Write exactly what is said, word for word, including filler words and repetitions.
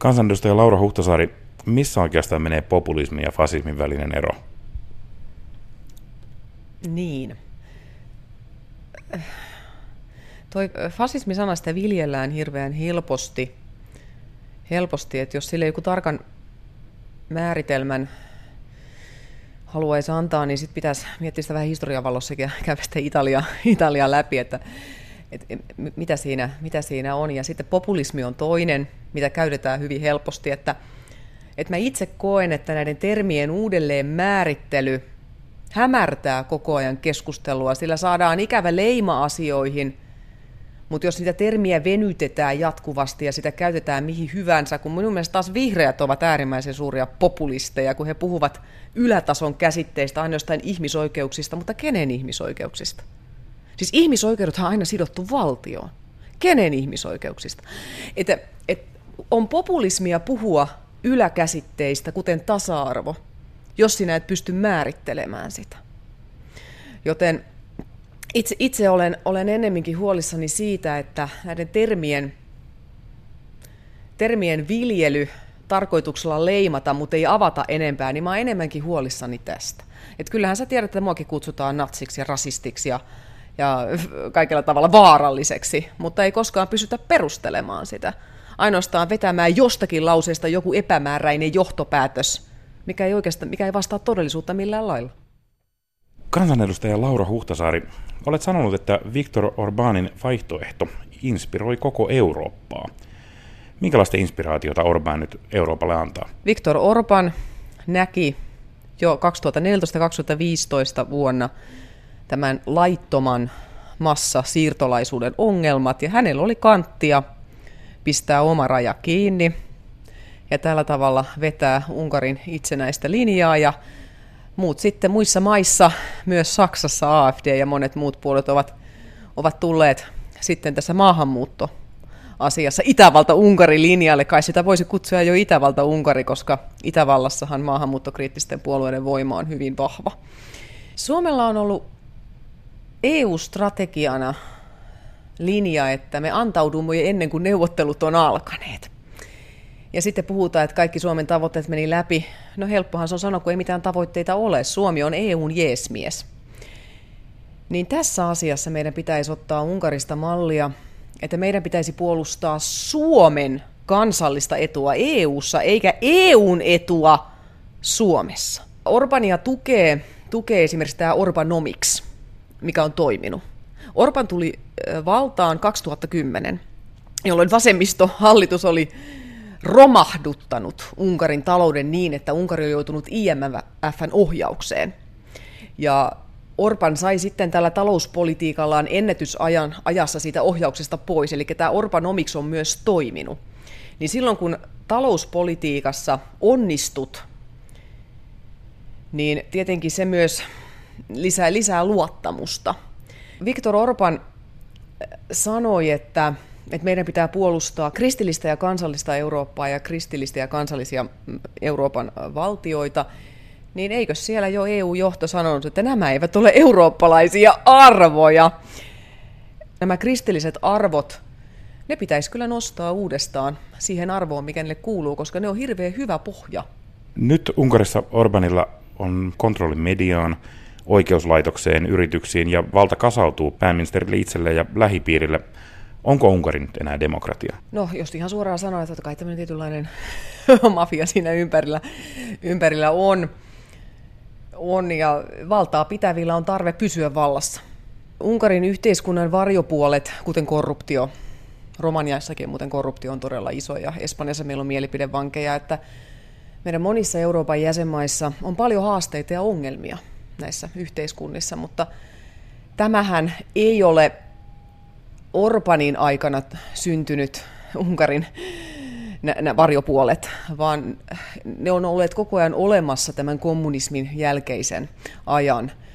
Kansanedustaja Laura Huhtasaari, missä oikeastaan menee populismin ja fasismin välinen ero? Niin. Toi fasismi-sana sitä viljellään hirveän helposti, helposti, että jos sille joku tarkan määritelmän haluaisi antaa, niin sitten pitäisi miettiä sitä vähän historian valossa ja käydä sitä Italia, Italia läpi, että, että mitä, siinä, mitä siinä on. Ja sitten populismi on toinen, mitä käytetään hyvin helposti, että, että mä itse koen, että näiden termien uudelleen määrittely hämärtää koko ajan keskustelua, sillä saadaan ikävä leima asioihin, mutta jos niitä termiä venytetään jatkuvasti ja sitä käytetään mihin hyvänsä, kun minun mielestä taas vihreät ovat äärimmäisen suuria populisteja, kun he puhuvat ylätason käsitteistä, ainoastaan ihmisoikeuksista, mutta kenen ihmisoikeuksista? Siis ihmisoikeudethan on aina sidottu valtioon. Kenen ihmisoikeuksista? Että, et on populismia puhua yläkäsitteistä, kuten tasa-arvo, jos sinä et pysty määrittelemään sitä. Joten itse, itse olen, olen ennemminkin huolissani siitä, että näiden termien, termien viljely tarkoituksella leimata, mutta ei avata enempää, niin mä oon enemmänkin huolissani tästä. Et kyllähän sä tiedät, että muakin kutsutaan natsiksi ja rasistiksi ja, ja kaikella tavalla vaaralliseksi, mutta ei koskaan pysytä perustelemaan sitä. Ainoastaan vetämään jostakin lauseesta joku epämääräinen johtopäätös, mikä ei oikeastaan, mikä ei vastaa todellisuutta millään lailla. Kansanedustaja Laura Huhtasaari, olet sanonut, että Viktor Orbánin vaihtoehto inspiroi koko Eurooppaa. Minkälaista inspiraatiota Orbán nyt Euroopalle antaa? Viktor Orbán näki jo kaksituhattaneljätoista kaksituhattaviisitoista vuonna tämän laittoman massasiirtolaisuuden ongelmat, ja hänellä oli kanttia pistää oma raja kiinni ja tällä tavalla vetää Unkarin itsenäistä linjaa, ja muut sitten muissa maissa, myös Saksassa A F D ja monet muut puolet ovat, ovat tulleet sitten tässä maahanmuuttoasiassa Itävalta-Unkari linjalle. Kai sitä voisi kutsua jo Itävalta-Unkari, koska Itävallassahan maahanmuuttokriittisten puolueiden voima on hyvin vahva. Suomella on ollut E U-strategiana linja, että me antaudumme ennen kuin neuvottelut on alkaneet. Ja sitten puhutaan, että kaikki Suomen tavoitteet meni läpi. No helppohan se on sanoa, kun ei mitään tavoitteita ole. Suomi on E U:n jeesmies. Niin tässä asiassa meidän pitäisi ottaa Unkarista mallia, että meidän pitäisi puolustaa Suomen kansallista etua E U:ssa, eikä E U:n etua Suomessa. Orbania tukee, tukee esimerkiksi tämä Orbanomics, mikä on toiminut. Orban tuli valtaan kaksituhattakymmenen, jolloin vasemmistohallitus oli romahduttanut Unkarin talouden niin, että Unkari on joutunut I M F:n ohjaukseen. Ja Orban sai sitten tällä talouspolitiikallaan ennätysajan ajassa siitä ohjauksesta pois, eli tämä Orbanomics on myös toiminut. Niin silloin kun talouspolitiikassa onnistut, niin tietenkin se myös lisää, lisää luottamusta. Viktor Orbán sanoi, että että meidän pitää puolustaa kristillistä ja kansallista Eurooppaa ja kristillistä ja kansallisia Euroopan valtioita, niin eikö siellä jo E U-johto sanonut, että nämä eivät ole eurooppalaisia arvoja? Nämä kristilliset arvot, ne pitäisi kyllä nostaa uudestaan siihen arvoon, mikä niille kuuluu, koska ne on hirveän hyvä pohja. Nyt Unkarissa Orbánilla on kontrolli mediaan, oikeuslaitokseen, yrityksiin ja valta kasautuu pääministerille itselleen ja lähipiirille. Onko Unkari nyt enää demokratia? No, jos ihan suoraan sanoa, että kai tämmöinen tietynlainen mafia siinä ympärillä, ympärillä on, on, ja valtaa pitävillä on tarve pysyä vallassa. Unkarin yhteiskunnan varjopuolet, kuten korruptio, Romaniassakin muuten korruptio on todella iso, ja Espanjassa meillä on mielipidevankeja, että meidän monissa Euroopan jäsenmaissa on paljon haasteita ja ongelmia näissä yhteiskunnissa, mutta tämähän ei ole Orbánin aikana syntynyt Unkarin nämä varjopuolet, vaan ne on olleet koko ajan olemassa tämän kommunismin jälkeisen ajan.